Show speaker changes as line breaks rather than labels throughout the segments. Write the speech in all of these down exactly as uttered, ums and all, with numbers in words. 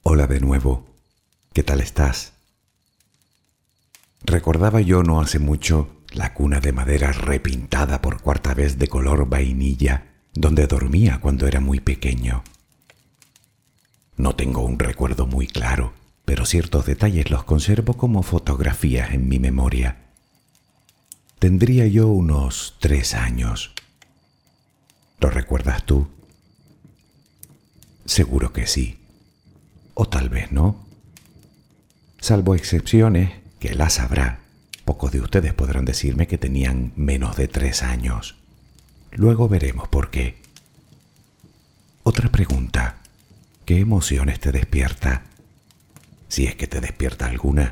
Hola de nuevo. ¿Qué tal estás? Recordaba yo no hace mucho la cuna de madera repintada por cuarta vez de color vainilla donde dormía cuando era muy pequeño. No tengo un recuerdo muy claro, pero ciertos detalles los conservo como fotografías en mi memoria. Tendría yo unos tres años. ¿Lo recuerdas tú? Seguro que sí. O tal vez no. Salvo excepciones, que las habrá, pocos de ustedes podrán decirme que tenían menos de tres años. Luego veremos por qué. Otra pregunta. ¿Qué emociones te despierta? Si es que te despierta alguna.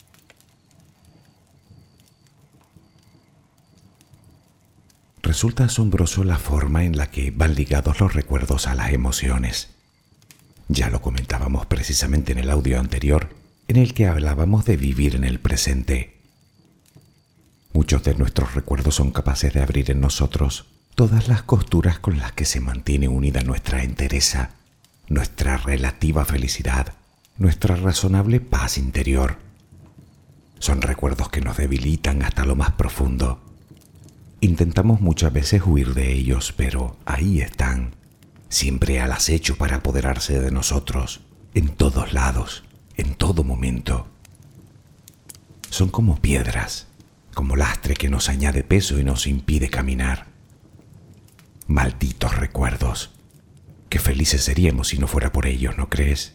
Resulta asombroso la forma en la que van ligados los recuerdos a las emociones. Ya lo comentábamos precisamente en el audio anterior, en el que hablábamos de vivir en el presente. Muchos de nuestros recuerdos son capaces de abrir en nosotros todas las costuras con las que se mantiene unida nuestra entereza, nuestra relativa felicidad, nuestra razonable paz interior. Son recuerdos que nos debilitan hasta lo más profundo. Intentamos muchas veces huir de ellos, pero ahí están, siempre al acecho para apoderarse de nosotros, en todos lados, en todo momento. Son como piedras, como lastre que nos añade peso y nos impide caminar. Malditos recuerdos. Qué felices seríamos si no fuera por ellos, ¿no crees?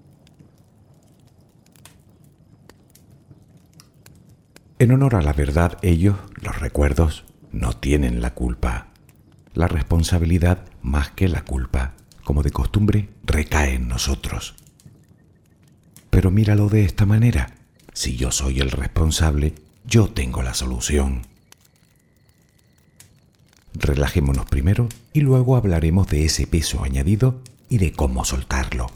En honor a la verdad, ellos, los recuerdos, no tienen la culpa. La responsabilidad, más que la culpa, como de costumbre, recae en nosotros. Pero míralo de esta manera. Si yo soy el responsable, yo tengo la solución. Relajémonos primero y luego hablaremos de ese peso añadido y de cómo soltarlo.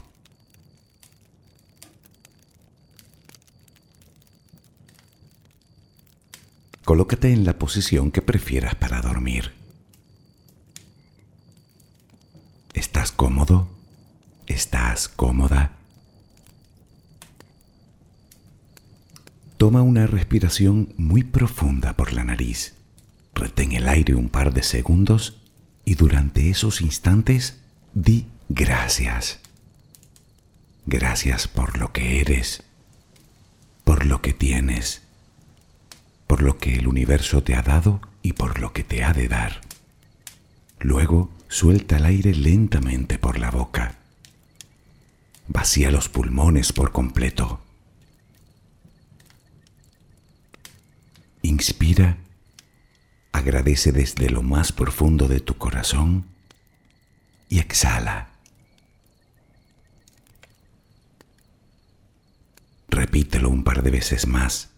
Colócate en la posición que prefieras para dormir. ¿Estás cómodo? ¿Estás cómoda? Toma una respiración muy profunda por la nariz. Retén el aire un par de segundos y durante esos instantes di gracias. Gracias por lo que eres, por lo que tienes, por lo que el universo te ha dado y por lo que te ha de dar. Luego suelta el aire lentamente por la boca. Vacía los pulmones por completo. Inspira. Agradece desde lo más profundo de tu corazón y exhala. Repítelo un par de veces más.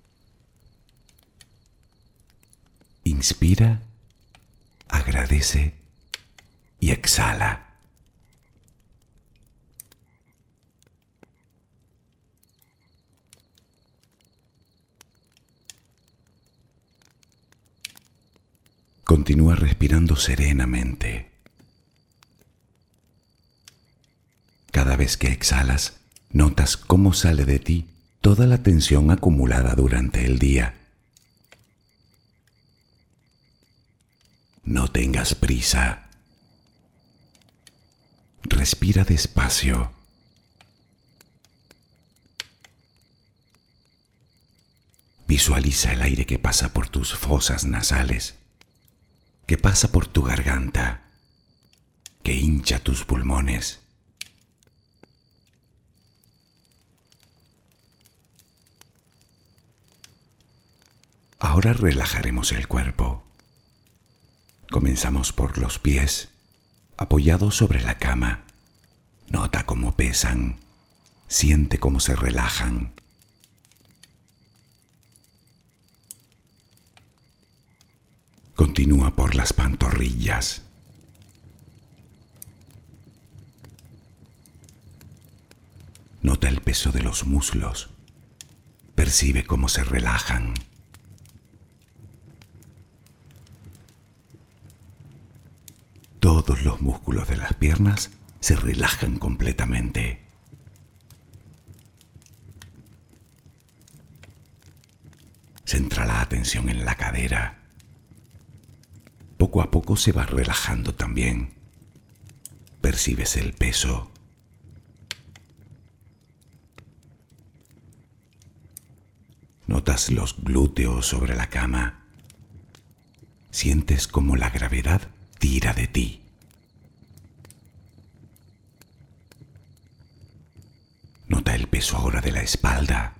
Inspira, agradece y exhala. Continúa respirando serenamente. Cada vez que exhalas, notas cómo sale de ti toda la tensión acumulada durante el día. No tengas prisa. Respira despacio. Visualiza el aire que pasa por tus fosas nasales, que pasa por tu garganta, que hincha tus pulmones. Ahora relajaremos el cuerpo. Comenzamos por los pies, apoyados sobre la cama. Nota cómo pesan, siente cómo se relajan. Continúa por las pantorrillas. Nota el peso de los muslos. Percibe cómo se relajan. Todos los músculos de las piernas se relajan completamente. Concentra la atención en la cadera. Poco a poco se va relajando también. Percibes el peso. Notas los glúteos sobre la cama. Sientes como la gravedad tira de ti. Nota el peso ahora de la espalda.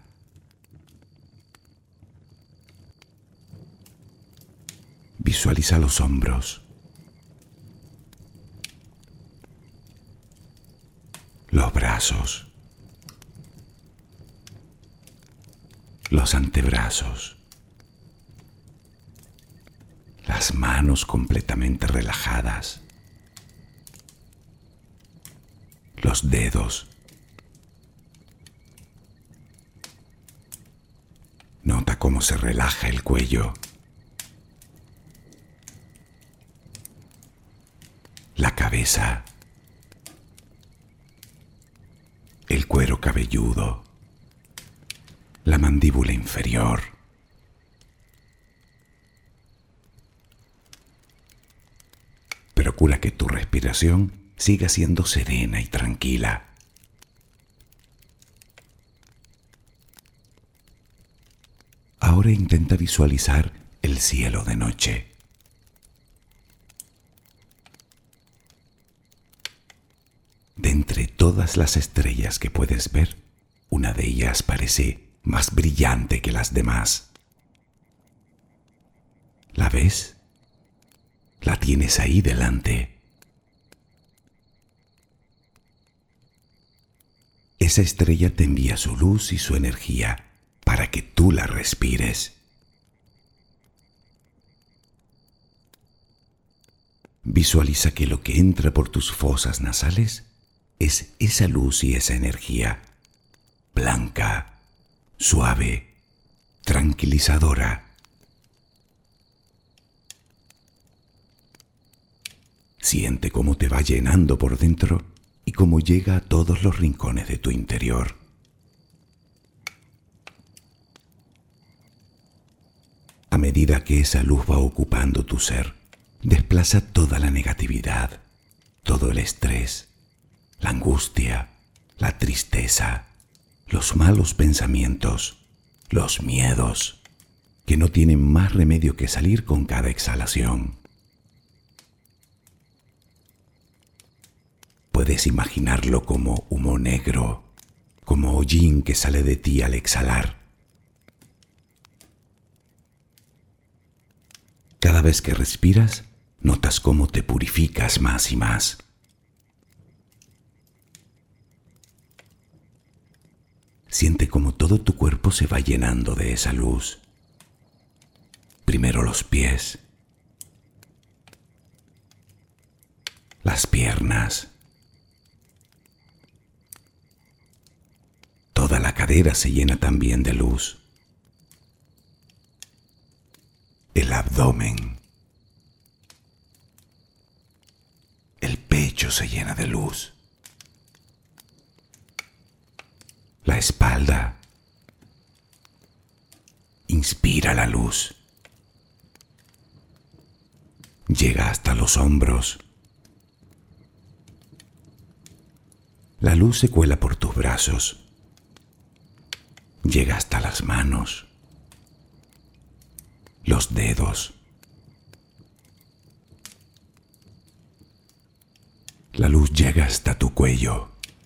Visualiza los hombros. Los brazos. Los antebrazos. Las manos completamente relajadas. Los dedos. Nota cómo se relaja el cuello. La cabeza. El cuero cabelludo. La mandíbula inferior. Procura que tu respiración siga siendo serena y tranquila. Ahora intenta visualizar el cielo de noche. De entre todas las estrellas que puedes ver, una de ellas parece más brillante que las demás. ¿La ves? La tienes ahí delante. Esa estrella te envía su luz y su energía para que tú la respires. Visualiza que lo que entra por tus fosas nasales es esa luz y esa energía, blanca, suave, tranquilizadora. Siente cómo te va llenando por dentro y cómo llega a todos los rincones de tu interior. A medida que esa luz va ocupando tu ser, desplaza toda la negatividad, todo el estrés, la angustia, la tristeza, los malos pensamientos, los miedos, que no tienen más remedio que salir con cada exhalación. Puedes imaginarlo como humo negro, como hollín que sale de ti al exhalar. Cada vez que respiras, notas cómo te purificas más y más. Siente cómo todo tu cuerpo se va llenando de esa luz. Primero los pies, las piernas, toda la cadera se llena también de luz. El abdomen, el pecho se llena de luz. La espalda, inspira la luz. Llega hasta los hombros. La luz se cuela por tus brazos. Llega hasta las manos, los dedos. La luz llega hasta tu cuello.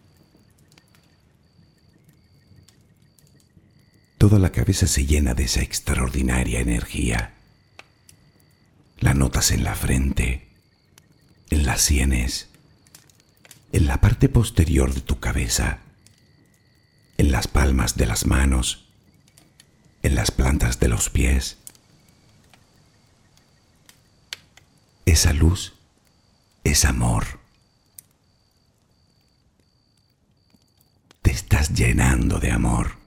Toda la cabeza se llena de esa extraordinaria energía. La notas en la frente, en las sienes, en la parte posterior de tu cabeza, en las palmas de las manos, en las plantas de los pies. Esa luz es amor. Te estás llenando de amor.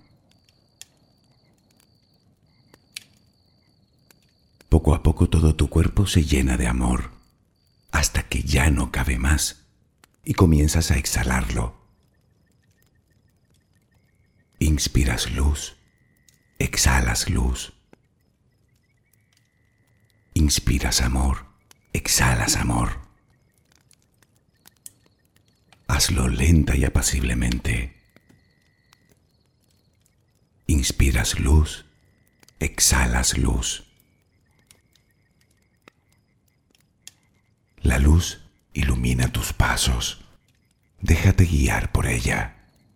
Poco a poco todo tu cuerpo se llena de amor, hasta que ya no cabe más y comienzas a exhalarlo. Inspiras luz, exhalas luz, Inspiras amor, exhalas amor. Hazlo lenta y apaciblemente. Inspiras luz, exhalas luz. La luz ilumina tus pasos. Déjate guiar por ella.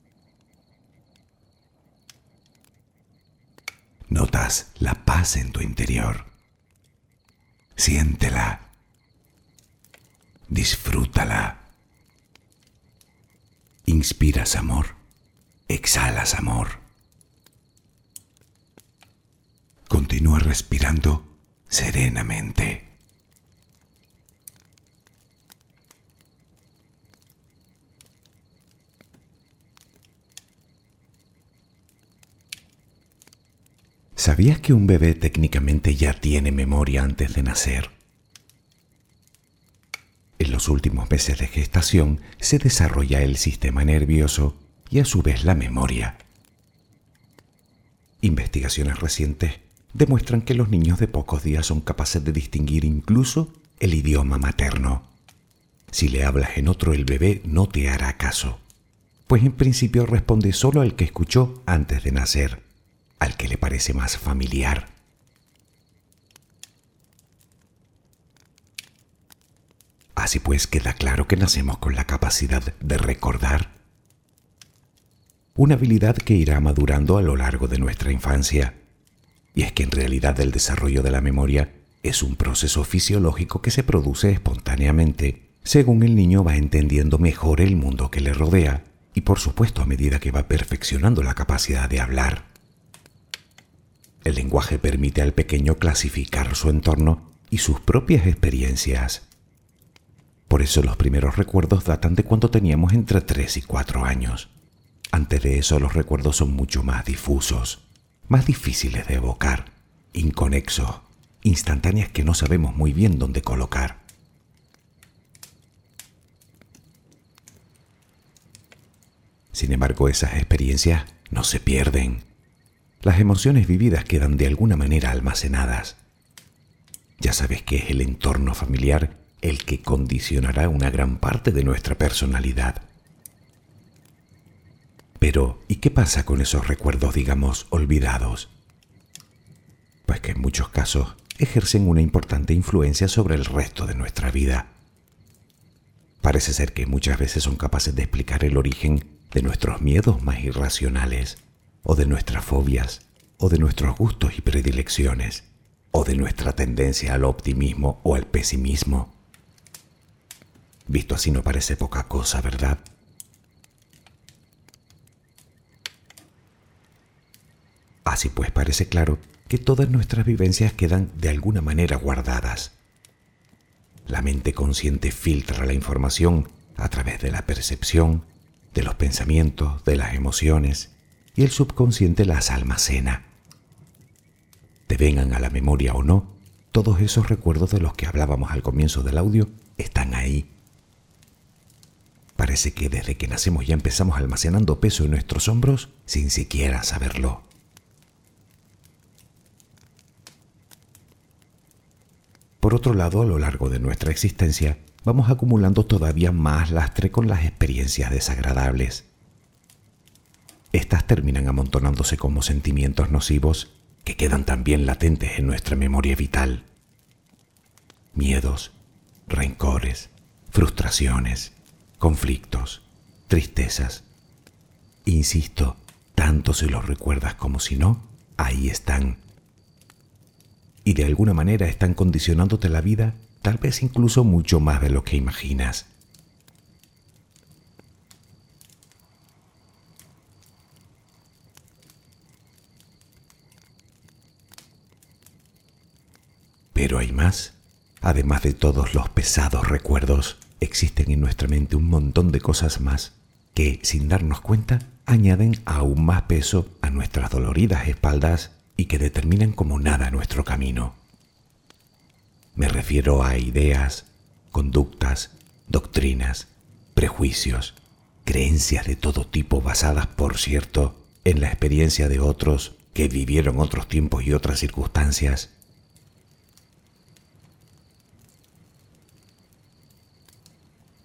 Notas la paz en tu interior. Siéntela. Disfrútala. Inspiras amor, exhalas amor. Continúa respirando serenamente. ¿Sabías que un bebé técnicamente ya tiene memoria antes de nacer? En los últimos meses de gestación se desarrolla el sistema nervioso y a su vez la memoria. Investigaciones recientes demuestran que los niños de pocos días son capaces de distinguir incluso el idioma materno. Si le hablas en otro, el bebé no te hará caso, pues en principio responde solo al que escuchó antes de nacer, al que le parece más familiar. Así pues, queda claro que nacemos con la capacidad de recordar, una habilidad que irá madurando a lo largo de nuestra infancia. Y es que en realidad el desarrollo de la memoria es un proceso fisiológico que se produce espontáneamente según el niño va entendiendo mejor el mundo que le rodea y, por supuesto, a medida que va perfeccionando la capacidad de hablar. El lenguaje permite al pequeño clasificar su entorno y sus propias experiencias. Por eso los primeros recuerdos datan de cuando teníamos entre tres y cuatro años. Antes de eso los recuerdos son mucho más difusos, más difíciles de evocar, inconexos, instantáneas que no sabemos muy bien dónde colocar. Sin embargo, esas experiencias no se pierden. Las emociones vividas quedan de alguna manera almacenadas. Ya sabes que es el entorno familiar el que condicionará una gran parte de nuestra personalidad. Pero, ¿y qué pasa con esos recuerdos, digamos, olvidados? Pues que en muchos casos ejercen una importante influencia sobre el resto de nuestra vida. Parece ser que muchas veces son capaces de explicar el origen de nuestros miedos más irracionales, o de nuestras fobias, o de nuestros gustos y predilecciones, o de nuestra tendencia al optimismo o al pesimismo. Visto así no parece poca cosa, ¿verdad? Así pues, parece claro que todas nuestras vivencias quedan de alguna manera guardadas. La mente consciente filtra la información a través de la percepción, de los pensamientos, de las emociones, y el subconsciente las almacena. Te vengan a la memoria o no, todos esos recuerdos de los que hablábamos al comienzo del audio están ahí. Parece que desde que nacemos ya empezamos almacenando peso en nuestros hombros sin siquiera saberlo. Por otro lado, a lo largo de nuestra existencia, vamos acumulando todavía más lastre con las experiencias desagradables. Estas terminan amontonándose como sentimientos nocivos que quedan también latentes en nuestra memoria vital. Miedos, rencores, frustraciones, conflictos, tristezas. Insisto, tanto si los recuerdas como si no, ahí están. Y de alguna manera están condicionándote la vida, tal vez incluso mucho más de lo que imaginas. Pero hay más. Además de todos los pesados recuerdos, existen en nuestra mente un montón de cosas más que, sin darnos cuenta, añaden aún más peso a nuestras doloridas espaldas y que determinan como nada nuestro camino. Me refiero a ideas, conductas, doctrinas, prejuicios, creencias de todo tipo basadas, por cierto, en la experiencia de otros que vivieron otros tiempos y otras circunstancias.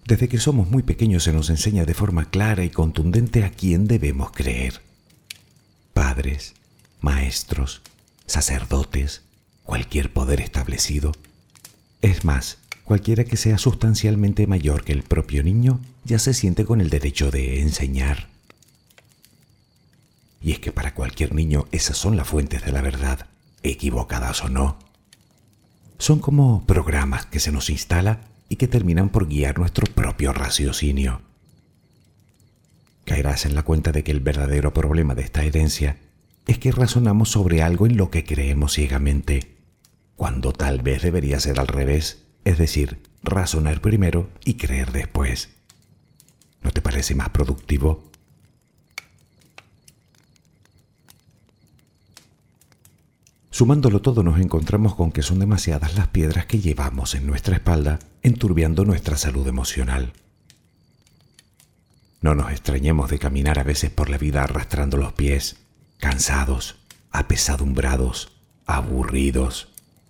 Desde que somos muy pequeños se nos enseña de forma clara y contundente a quién debemos creer. Padres, maestros, sacerdotes, cualquier poder establecido. Es más, cualquiera que sea sustancialmente mayor que el propio niño ya se siente con el derecho de enseñar. Y es que para cualquier niño esas son las fuentes de la verdad, equivocadas o no. Son como programas que se nos instala y que terminan por guiar nuestro propio raciocinio. Caerás en la cuenta de que el verdadero problema de esta herencia es que razonamos sobre algo en lo que creemos ciegamente, cuando tal vez debería ser al revés, es decir, razonar primero y creer después. ¿No te parece más productivo? Sumándolo todo nos encontramos con que son demasiadas las piedras que llevamos en nuestra espalda, enturbiando nuestra salud emocional. No nos extrañemos de caminar a veces por la vida arrastrando los pies, cansados, apesadumbrados, aburridos.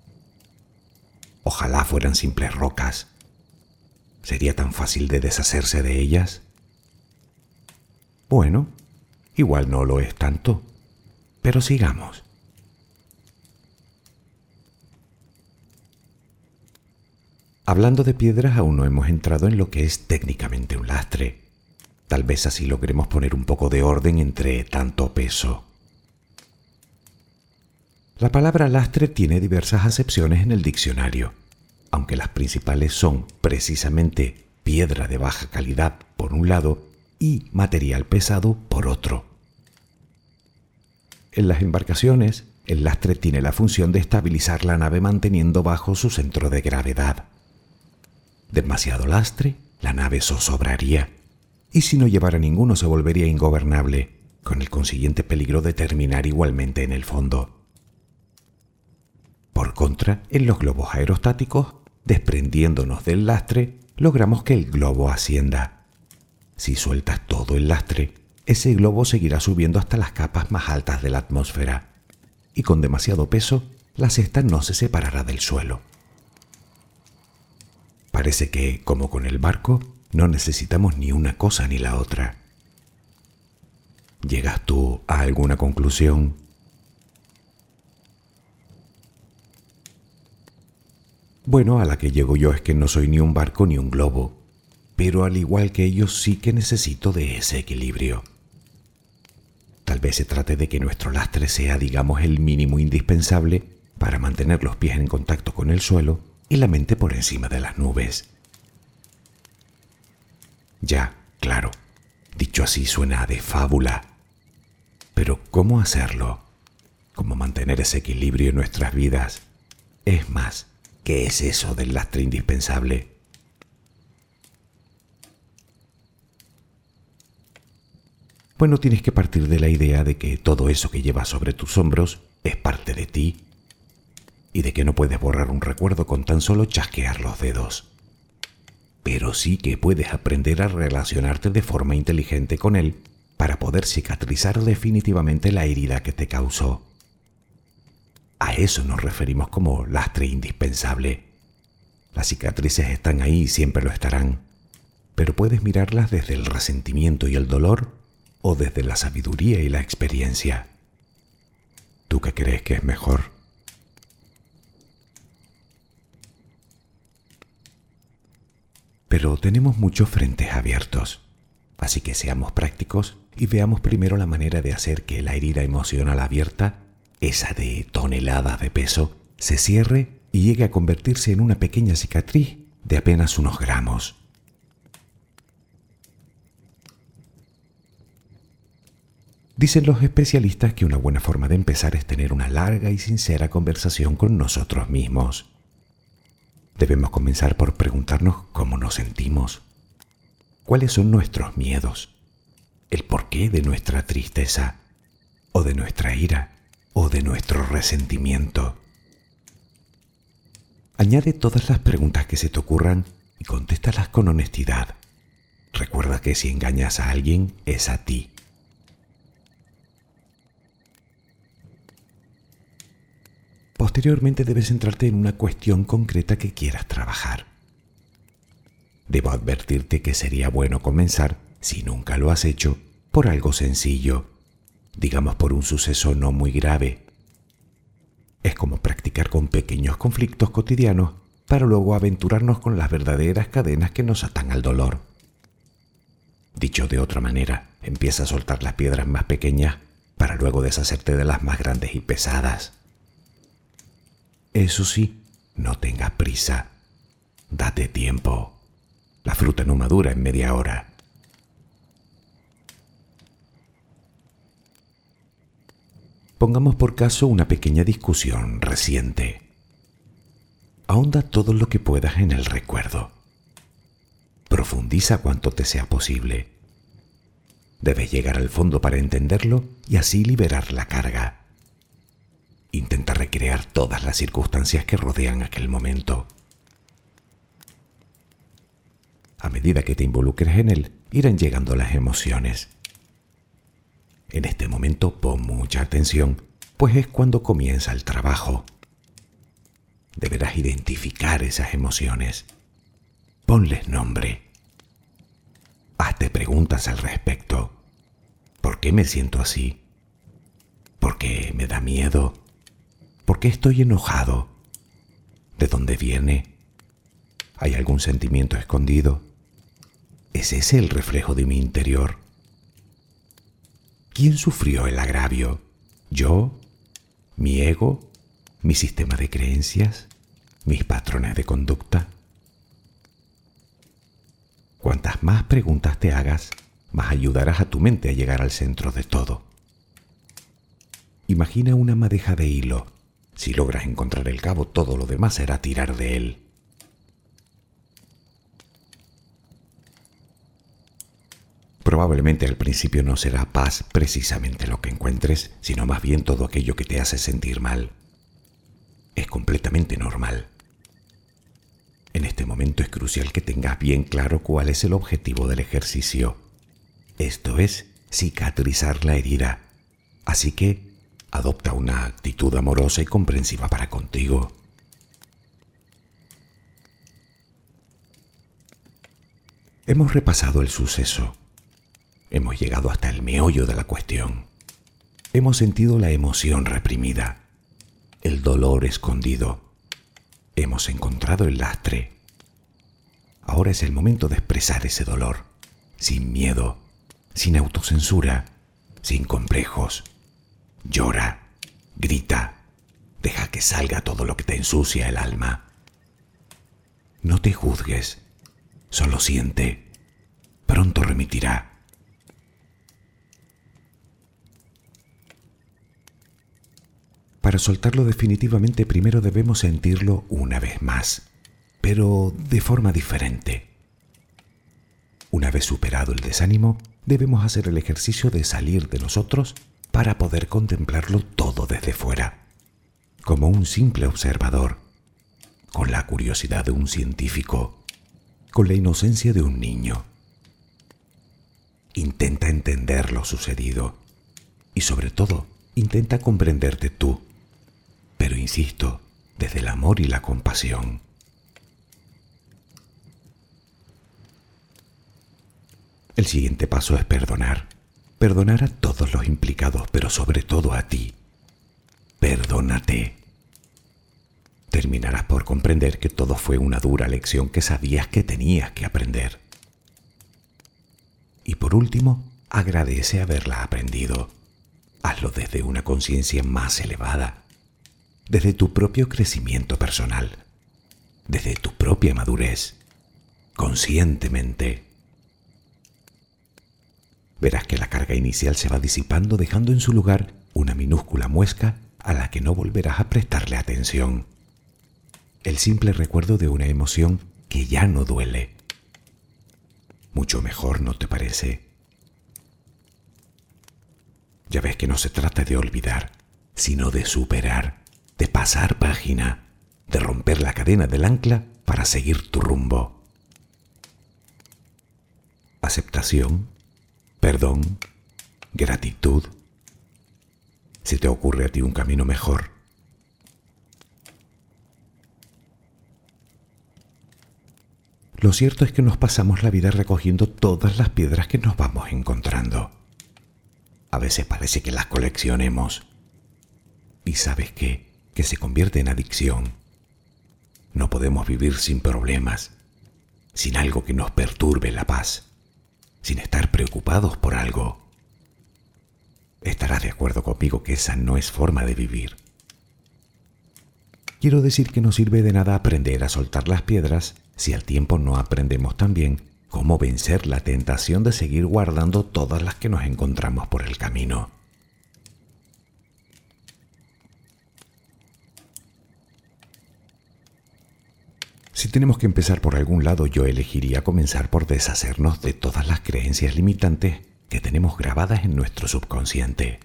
Ojalá fueran simples rocas. ¿Sería tan fácil de deshacerse de ellas? Bueno, igual no lo es tanto, pero sigamos. Hablando de piedras, aún no hemos entrado en lo que es técnicamente un lastre. Tal vez así logremos poner un poco de orden entre tanto peso. La palabra lastre tiene diversas acepciones en el diccionario, aunque las principales son precisamente piedra de baja calidad por un lado y material pesado por otro. En las embarcaciones, el lastre tiene la función de estabilizar la nave manteniendo bajo su centro de gravedad. Demasiado lastre, la nave zozobraría, y si no llevara ninguno se volvería ingobernable, con el consiguiente peligro de terminar igualmente en el fondo. Por contra, en los globos aerostáticos, desprendiéndonos del lastre, logramos que el globo ascienda. Si sueltas todo el lastre, ese globo seguirá subiendo hasta las capas más altas de la atmósfera, y con demasiado peso, la cesta no se separará del suelo. Parece que, como con el barco, no necesitamos ni una cosa ni la otra. ¿Llegas tú a alguna conclusión? Bueno, a la que llego yo es que no soy ni un barco ni un globo, pero al igual que ellos sí que necesito de ese equilibrio. Tal vez se trate de que nuestro lastre sea, digamos, el mínimo indispensable para mantener los pies en contacto con el suelo y la mente por encima de las nubes. Ya, claro, dicho así suena de fábula. Pero ¿cómo hacerlo? ¿Cómo mantener ese equilibrio en nuestras vidas? Es más, ¿qué es eso del lastre indispensable? Bueno, tienes que partir de la idea de que todo eso que llevas sobre tus hombros es parte de ti y de que no puedes borrar un recuerdo con tan solo chasquear los dedos. Pero sí que puedes aprender a relacionarte de forma inteligente con él para poder cicatrizar definitivamente la herida que te causó. A eso nos referimos como lastre indispensable. Las cicatrices están ahí y siempre lo estarán, pero puedes mirarlas desde el resentimiento y el dolor o desde la sabiduría y la experiencia. ¿Tú qué crees que es mejor? Pero tenemos muchos frentes abiertos, así que seamos prácticos y veamos primero la manera de hacer que la herida emocional abierta, esa de toneladas de peso, se cierre y llegue a convertirse en una pequeña cicatriz de apenas unos gramos. Dicen los especialistas que una buena forma de empezar es tener una larga y sincera conversación con nosotros mismos. Debemos comenzar por preguntarnos cómo nos sentimos, cuáles son nuestros miedos, el porqué de nuestra tristeza, o de nuestra ira, o de nuestro resentimiento. Añade todas las preguntas que se te ocurran y contéstalas con honestidad. Recuerda que si engañas a alguien, es a ti. Posteriormente debes centrarte en una cuestión concreta que quieras trabajar. Debo advertirte que sería bueno comenzar, si nunca lo has hecho, por algo sencillo, digamos por un suceso no muy grave. Es como practicar con pequeños conflictos cotidianos para luego aventurarnos con las verdaderas cadenas que nos atan al dolor. Dicho de otra manera, empieza a soltar las piedras más pequeñas para luego deshacerte de las más grandes y pesadas. Eso sí, no tengas prisa. Date tiempo. La fruta no madura en media hora. Pongamos por caso una pequeña discusión reciente. Ahonda todo lo que puedas en el recuerdo. Profundiza cuanto te sea posible. Debes llegar al fondo para entenderlo y así liberar la carga. Intenta recrear todas las circunstancias que rodean aquel momento. A medida que te involucres en él, irán llegando las emociones. En este momento pon mucha atención, pues es cuando comienza el trabajo. Deberás identificar esas emociones. Ponles nombre. Hazte preguntas al respecto. ¿Por qué me siento así? ¿Por qué me da miedo? ¿Por qué estoy enojado? ¿De dónde viene? ¿Hay algún sentimiento escondido? ¿Es ese el reflejo de mi interior? ¿Quién sufrió el agravio? ¿Yo? ¿Mi ego? ¿Mi sistema de creencias? ¿Mis patrones de conducta? Cuantas más preguntas te hagas, más ayudarás a tu mente a llegar al centro de todo. Imagina una madeja de hilo. Si logras encontrar el cabo, todo lo demás será tirar de él. Probablemente al principio no será paz precisamente lo que encuentres, sino más bien todo aquello que te hace sentir mal. Es completamente normal. En este momento es crucial que tengas bien claro cuál es el objetivo del ejercicio. Esto es cicatrizar la herida. Así que adopta una actitud amorosa y comprensiva para contigo. Hemos repasado el suceso. Hemos llegado hasta el meollo de la cuestión. Hemos sentido la emoción reprimida, el dolor escondido. Hemos encontrado el lastre. Ahora es el momento de expresar ese dolor, sin miedo, sin autocensura, sin complejos. Llora, grita, deja que salga todo lo que te ensucia el alma. No te juzgues, solo siente. Pronto remitirá. Para soltarlo definitivamente primero debemos sentirlo una vez más, pero de forma diferente. Una vez superado el desánimo, debemos hacer el ejercicio de salir de nosotros para poder contemplarlo todo desde fuera, como un simple observador, con la curiosidad de un científico, con la inocencia de un niño. Intenta entender lo sucedido y sobre todo intenta comprenderte tú. Pero insisto, desde el amor y la compasión. El siguiente paso es perdonar. Perdonar a todos los implicados, pero sobre todo a ti. Perdónate. Terminarás por comprender que todo fue una dura lección que sabías que tenías que aprender. Y por último, agradece haberla aprendido. Hazlo desde una conciencia más elevada. Desde tu propio crecimiento personal, desde tu propia madurez, conscientemente. Verás que la carga inicial se va disipando dejando en su lugar una minúscula muesca a la que no volverás a prestarle atención. El simple recuerdo de una emoción que ya no duele. Mucho mejor, ¿no te parece? Ya ves que no se trata de olvidar, sino de superar. De pasar página, de romper la cadena del ancla para seguir tu rumbo. Aceptación, perdón, gratitud. ¿Se te ocurre a ti un camino mejor? Lo cierto es que nos pasamos la vida recogiendo todas las piedras que nos vamos encontrando. A veces parece que las coleccionemos. ¿Y sabes qué? Que se convierte en adicción. No podemos vivir sin problemas, sin algo que nos perturbe la paz, sin estar preocupados por algo. Estarás de acuerdo conmigo que esa no es forma de vivir. Quiero decir que no sirve de nada aprender a soltar las piedras si al tiempo no aprendemos también cómo vencer la tentación de seguir guardando todas las que nos encontramos por el camino. Si tenemos que empezar por algún lado, yo elegiría comenzar por deshacernos de todas las creencias limitantes que tenemos grabadas en nuestro subconsciente.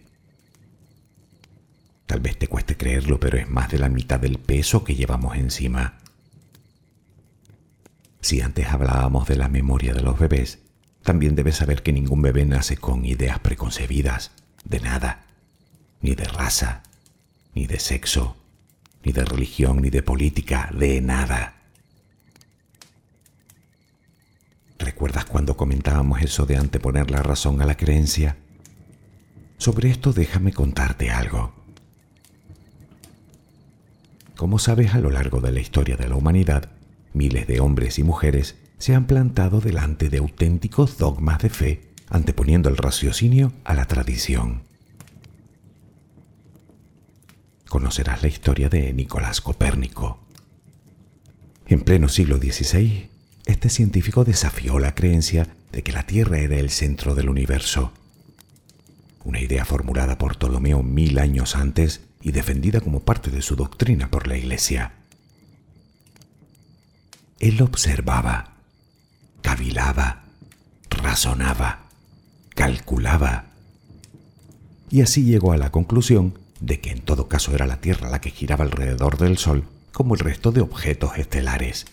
Tal vez te cueste creerlo, pero es más de la mitad del peso que llevamos encima. Si antes hablábamos de la memoria de los bebés, también debes saber que ningún bebé nace con ideas preconcebidas, de nada, ni de raza, ni de sexo, ni de religión, ni de política, de nada. ¿Recuerdas cuando comentábamos eso de anteponer la razón a la creencia? Sobre esto déjame contarte algo. Como sabes, a lo largo de la historia de la humanidad, miles de hombres y mujeres se han plantado delante de auténticos dogmas de fe, anteponiendo el raciocinio a la tradición. Conocerás la historia de Nicolás Copérnico. En pleno siglo dieciséis, este científico desafió la creencia de que la Tierra era el centro del universo, una idea formulada por Ptolomeo mil años antes y defendida como parte de su doctrina por la Iglesia. Él observaba, cavilaba, razonaba, calculaba, y así llegó a la conclusión de que en todo caso era la Tierra la que giraba alrededor del Sol, como el resto de objetos estelares.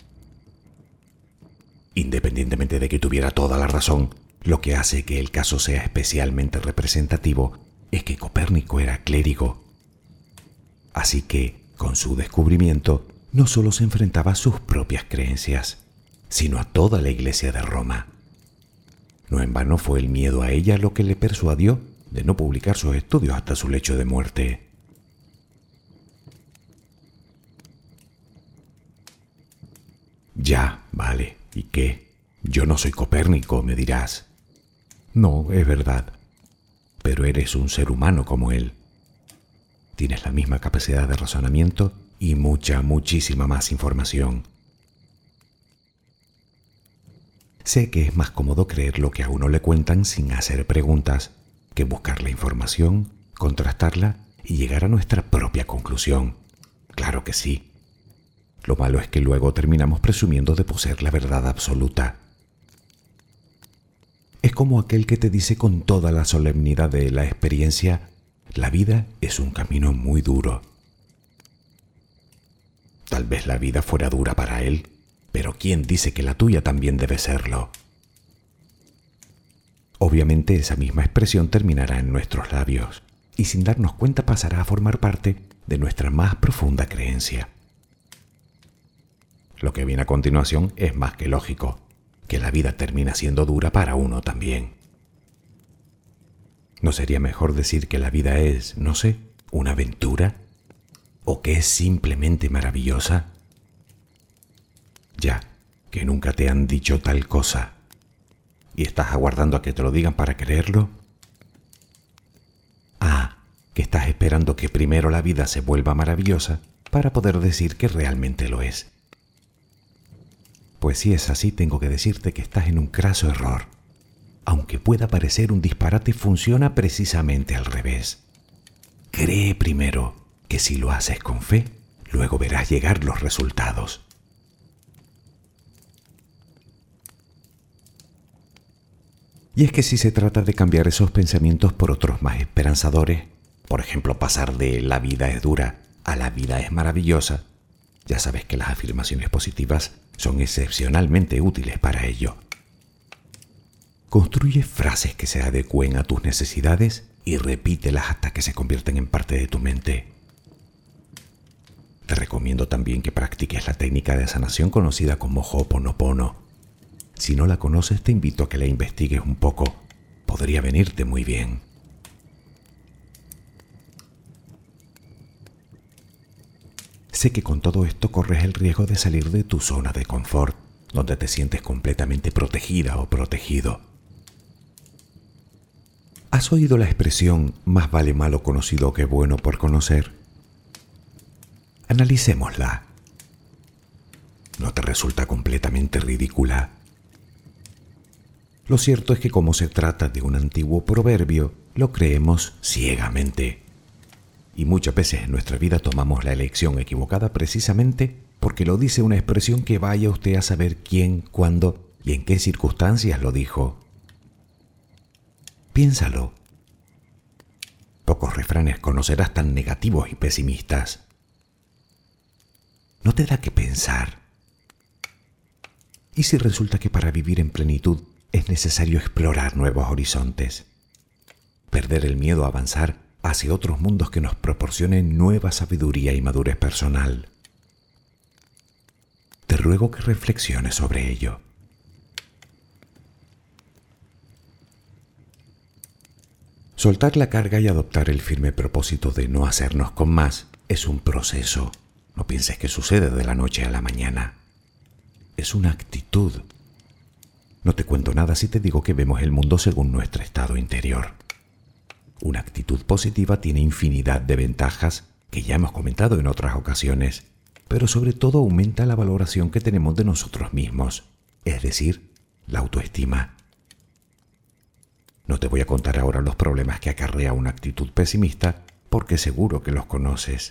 Independientemente de que tuviera toda la razón, lo que hace que el caso sea especialmente representativo es que Copérnico era clérigo. Así que, con su descubrimiento, no solo se enfrentaba a sus propias creencias, sino a toda la Iglesia de Roma. No en vano fue el miedo a ella lo que le persuadió de no publicar sus estudios hasta su lecho de muerte. Ya, vale, ¿y qué? Yo no soy Copérnico, me dirás. No, es verdad, pero eres un ser humano como él. Tienes la misma capacidad de razonamiento y mucha, muchísima más información. Sé que es más cómodo creer lo que a uno le cuentan sin hacer preguntas que buscar la información, contrastarla y llegar a nuestra propia conclusión. Claro que sí. Lo malo es que luego terminamos presumiendo de poseer la verdad absoluta. Es como aquel que te dice con toda la solemnidad de la experiencia: la vida es un camino muy duro. Tal vez la vida fuera dura para él, pero ¿quién dice que la tuya también debe serlo? Obviamente esa misma expresión terminará en nuestros labios y sin darnos cuenta pasará a formar parte de nuestra más profunda creencia. Lo que viene a continuación es más que lógico, que la vida termina siendo dura para uno también. ¿No sería mejor decir que la vida es, no sé, una aventura? ¿O que es simplemente maravillosa? Ya, que nunca te han dicho tal cosa. ¿Y estás aguardando a que te lo digan para creerlo? Ah, que estás esperando que primero la vida se vuelva maravillosa para poder decir que realmente lo es. Pues si es así, tengo que decirte que estás en un craso error. Aunque pueda parecer un disparate, funciona precisamente al revés. Cree primero, que si lo haces con fe, luego verás llegar los resultados. Y es que si se trata de cambiar esos pensamientos por otros más esperanzadores, por ejemplo, pasar de la vida es dura a la vida es maravillosa, ya sabes que las afirmaciones positivas son excepcionalmente útiles para ello. Construye frases que se adecúen a tus necesidades y repítelas hasta que se convierten en parte de tu mente. Te recomiendo también que practiques la técnica de sanación conocida como Ho'oponopono. Si no la conoces, te invito a que la investigues un poco. Podría venirte muy bien. Sé que con todo esto corres el riesgo de salir de tu zona de confort, donde te sientes completamente protegida o protegido. ¿Has oído la expresión más vale malo conocido que bueno por conocer? Analicémosla. ¿No te resulta completamente ridícula? Lo cierto es que como se trata de un antiguo proverbio, lo creemos ciegamente. Y muchas veces en nuestra vida tomamos la elección equivocada precisamente porque lo dice una expresión que vaya usted a saber quién, cuándo y en qué circunstancias lo dijo. Piénsalo. Pocos refranes conocerás tan negativos y pesimistas. ¿No te da que pensar? ¿Y si resulta que para vivir en plenitud es necesario explorar nuevos horizontes? Perder el miedo a avanzar hacia otros mundos que nos proporcionen nueva sabiduría y madurez personal. Te ruego que reflexiones sobre ello. Soltar la carga y adoptar el firme propósito de no hacernos con más es un proceso. No pienses que sucede de la noche a la mañana. Es una actitud. No te cuento nada si te digo que vemos el mundo según nuestro estado interior. Una actitud positiva tiene infinidad de ventajas que ya hemos comentado en otras ocasiones, pero sobre todo aumenta la valoración que tenemos de nosotros mismos, es decir, la autoestima. No te voy a contar ahora los problemas que acarrea una actitud pesimista, porque seguro que los conoces.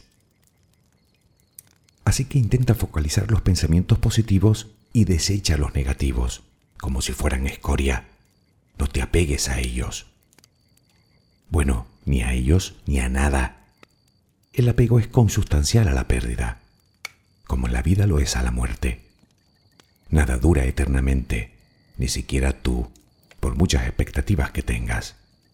Así que intenta focalizar los pensamientos positivos y desecha los negativos, como si fueran escoria. No te apegues a ellos. Bueno, ni a ellos ni a nada. El apego es consustancial a la pérdida, como la vida lo es a la muerte. Nada dura eternamente, ni siquiera tú, por muchas expectativas que tengas.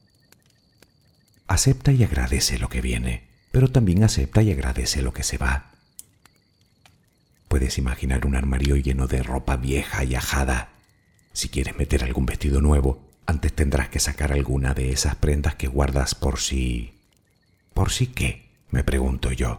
Acepta y agradece lo que viene, pero también acepta y agradece lo que se va. Puedes imaginar un armario lleno de ropa vieja y ajada. Si quieres meter algún vestido nuevo, antes tendrás que sacar alguna de esas prendas que guardas por si... ¿Por si qué?, me pregunto yo.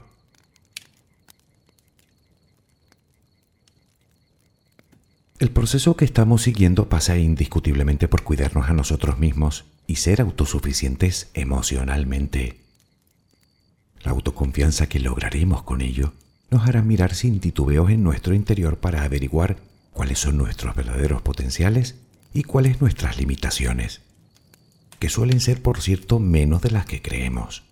El proceso que estamos siguiendo pasa indiscutiblemente por cuidarnos a nosotros mismos y ser autosuficientes emocionalmente. La autoconfianza que lograremos con ello nos hará mirar sin titubeos en nuestro interior para averiguar cuáles son nuestros verdaderos potenciales y cuáles nuestras limitaciones, que suelen ser, por cierto, menos de las que creemos.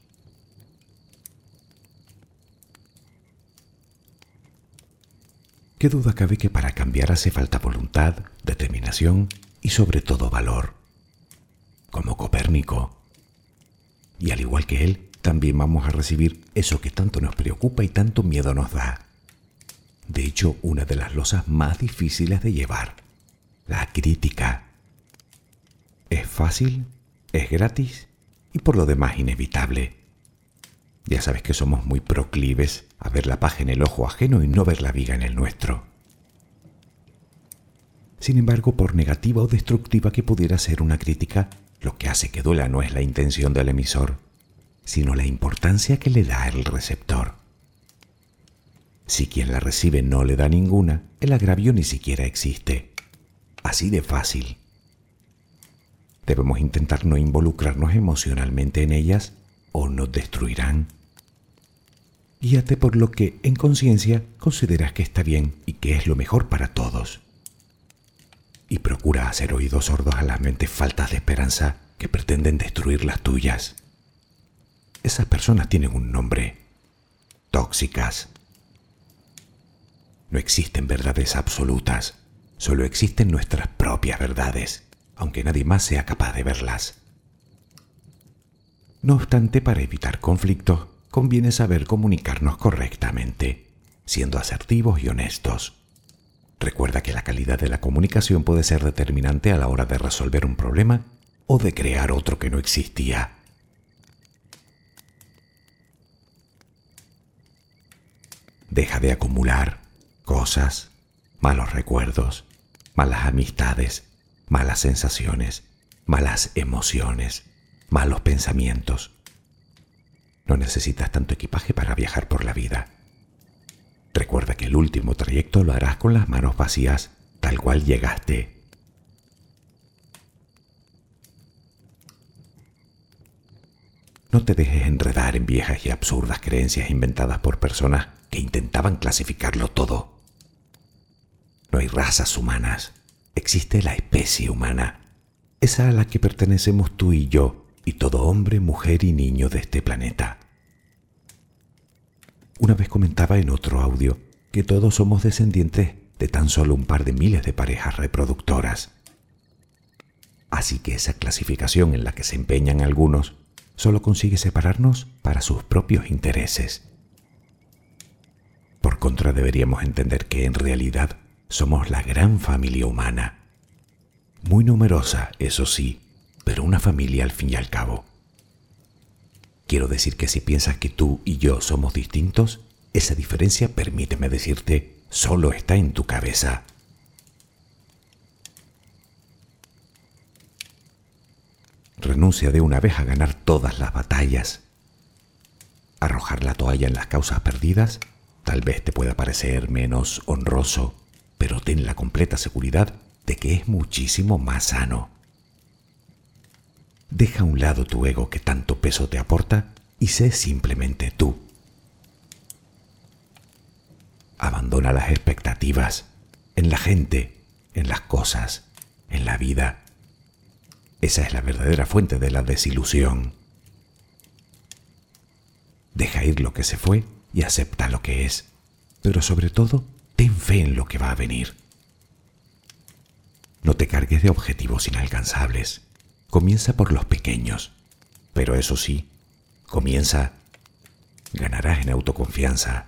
Qué duda cabe que para cambiar hace falta voluntad, determinación y sobre todo valor. Como Copérnico. Y al igual que él, también vamos a recibir eso que tanto nos preocupa y tanto miedo nos da. De hecho, una de las losas más difíciles de llevar, la crítica. Es fácil, es gratis y por lo demás inevitable. Ya sabes que somos muy proclives a ver la paja en el ojo ajeno y no ver la viga en el nuestro. Sin embargo, por negativa o destructiva que pudiera ser una crítica, lo que hace que duela no es la intención del emisor, sino la importancia que le da el receptor. Si quien la recibe no le da ninguna, el agravio ni siquiera existe. Así de fácil. Debemos intentar no involucrarnos emocionalmente en ellas o nos destruirán. Guíate por lo que, en conciencia, consideras que está bien y que es lo mejor para todos. Y procura hacer oídos sordos a las mentes faltas de esperanza que pretenden destruir las tuyas. Esas personas tienen un nombre: tóxicas. No existen verdades absolutas, solo existen nuestras propias verdades, aunque nadie más sea capaz de verlas. No obstante, para evitar conflictos, conviene saber comunicarnos correctamente, siendo asertivos y honestos. Recuerda que la calidad de la comunicación puede ser determinante a la hora de resolver un problema o de crear otro que no existía. Deja de acumular cosas, malos recuerdos, malas amistades, malas sensaciones, malas emociones, malos pensamientos. No necesitas tanto equipaje para viajar por la vida. Recuerda que el último trayecto lo harás con las manos vacías, tal cual llegaste. No te dejes enredar en viejas y absurdas creencias inventadas por personas que intentaban clasificarlo todo. No hay razas humanas, existe la especie humana, esa a la que pertenecemos tú y yo y todo hombre, mujer y niño de este planeta. Una vez comentaba en otro audio que todos somos descendientes de tan solo un par de miles de parejas reproductoras. Así que esa clasificación en la que se empeñan algunos solo consigue separarnos para sus propios intereses. Por contra, deberíamos entender que en realidad somos la gran familia humana. Muy numerosa, eso sí, pero una familia al fin y al cabo. Quiero decir que si piensas que tú y yo somos distintos, esa diferencia, permíteme decirte, solo está en tu cabeza. Renuncia de una vez a ganar todas las batallas. Arrojar la toalla en las causas perdidas tal vez te pueda parecer menos honroso, pero ten la completa seguridad de que es muchísimo más sano. Deja a un lado tu ego que tanto peso te aporta y sé simplemente tú. Abandona las expectativas en la gente, en las cosas, en la vida. Esa es la verdadera fuente de la desilusión. Deja ir lo que se fue y acepta lo que es, pero sobre todo, ten fe en lo que va a venir. No te cargues de objetivos inalcanzables. Comienza por los pequeños, pero eso sí, comienza. Ganarás en autoconfianza.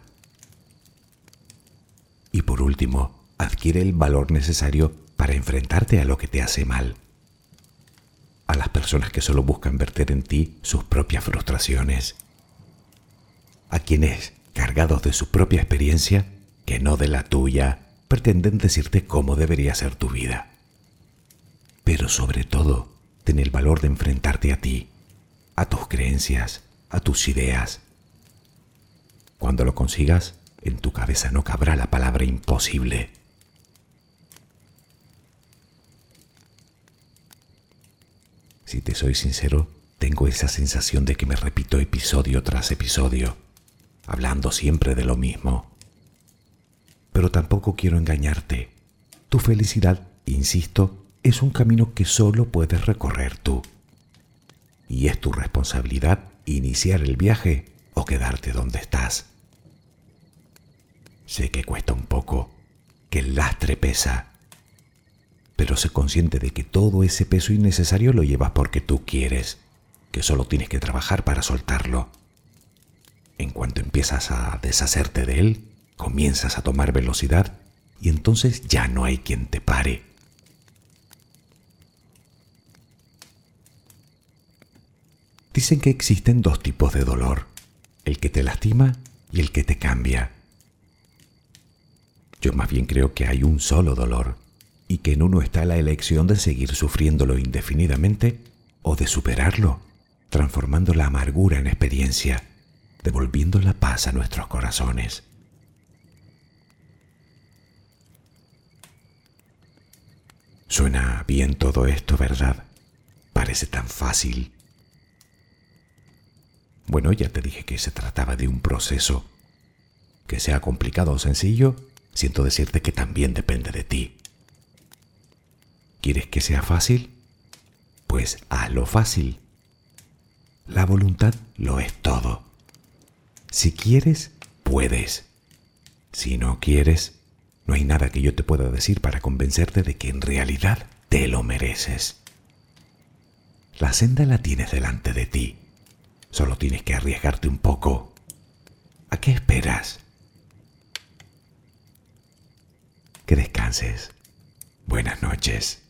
Y por último, adquiere el valor necesario para enfrentarte a lo que te hace mal. A las personas que solo buscan verter en ti sus propias frustraciones. A quienes, cargados de su propia experiencia, que no de la tuya, pretenden decirte cómo debería ser tu vida. Pero sobre todo, ten el valor de enfrentarte a ti, a tus creencias, a tus ideas. Cuando lo consigas, en tu cabeza no cabrá la palabra imposible. Si te soy sincero, tengo esa sensación de que me repito episodio tras episodio, hablando siempre de lo mismo. Pero tampoco quiero engañarte. Tu felicidad, insisto, es un camino que solo puedes recorrer tú. Y es tu responsabilidad iniciar el viaje o quedarte donde estás. Sé que cuesta un poco, que el lastre pesa, pero sé consciente de que todo ese peso innecesario lo llevas porque tú quieres, que solo tienes que trabajar para soltarlo. En cuanto empiezas a deshacerte de él, comienzas a tomar velocidad y entonces ya no hay quien te pare. Dicen que existen dos tipos de dolor, el que te lastima y el que te cambia. Yo más bien creo que hay un solo dolor y que en uno está la elección de seguir sufriéndolo indefinidamente o de superarlo, transformando la amargura en experiencia, devolviendo la paz a nuestros corazones. Suena bien todo esto, ¿verdad? Parece tan fácil. Bueno, ya te dije que se trataba de un proceso. Que sea complicado o sencillo, siento decirte que también depende de ti. ¿Quieres que sea fácil? Pues hazlo fácil. La voluntad lo es todo. Si quieres, puedes. Si no quieres, no hay nada que yo te pueda decir para convencerte de que en realidad te lo mereces. La senda la tienes delante de ti. Solo tienes que arriesgarte un poco. ¿A qué esperas? Que descanses. Buenas noches.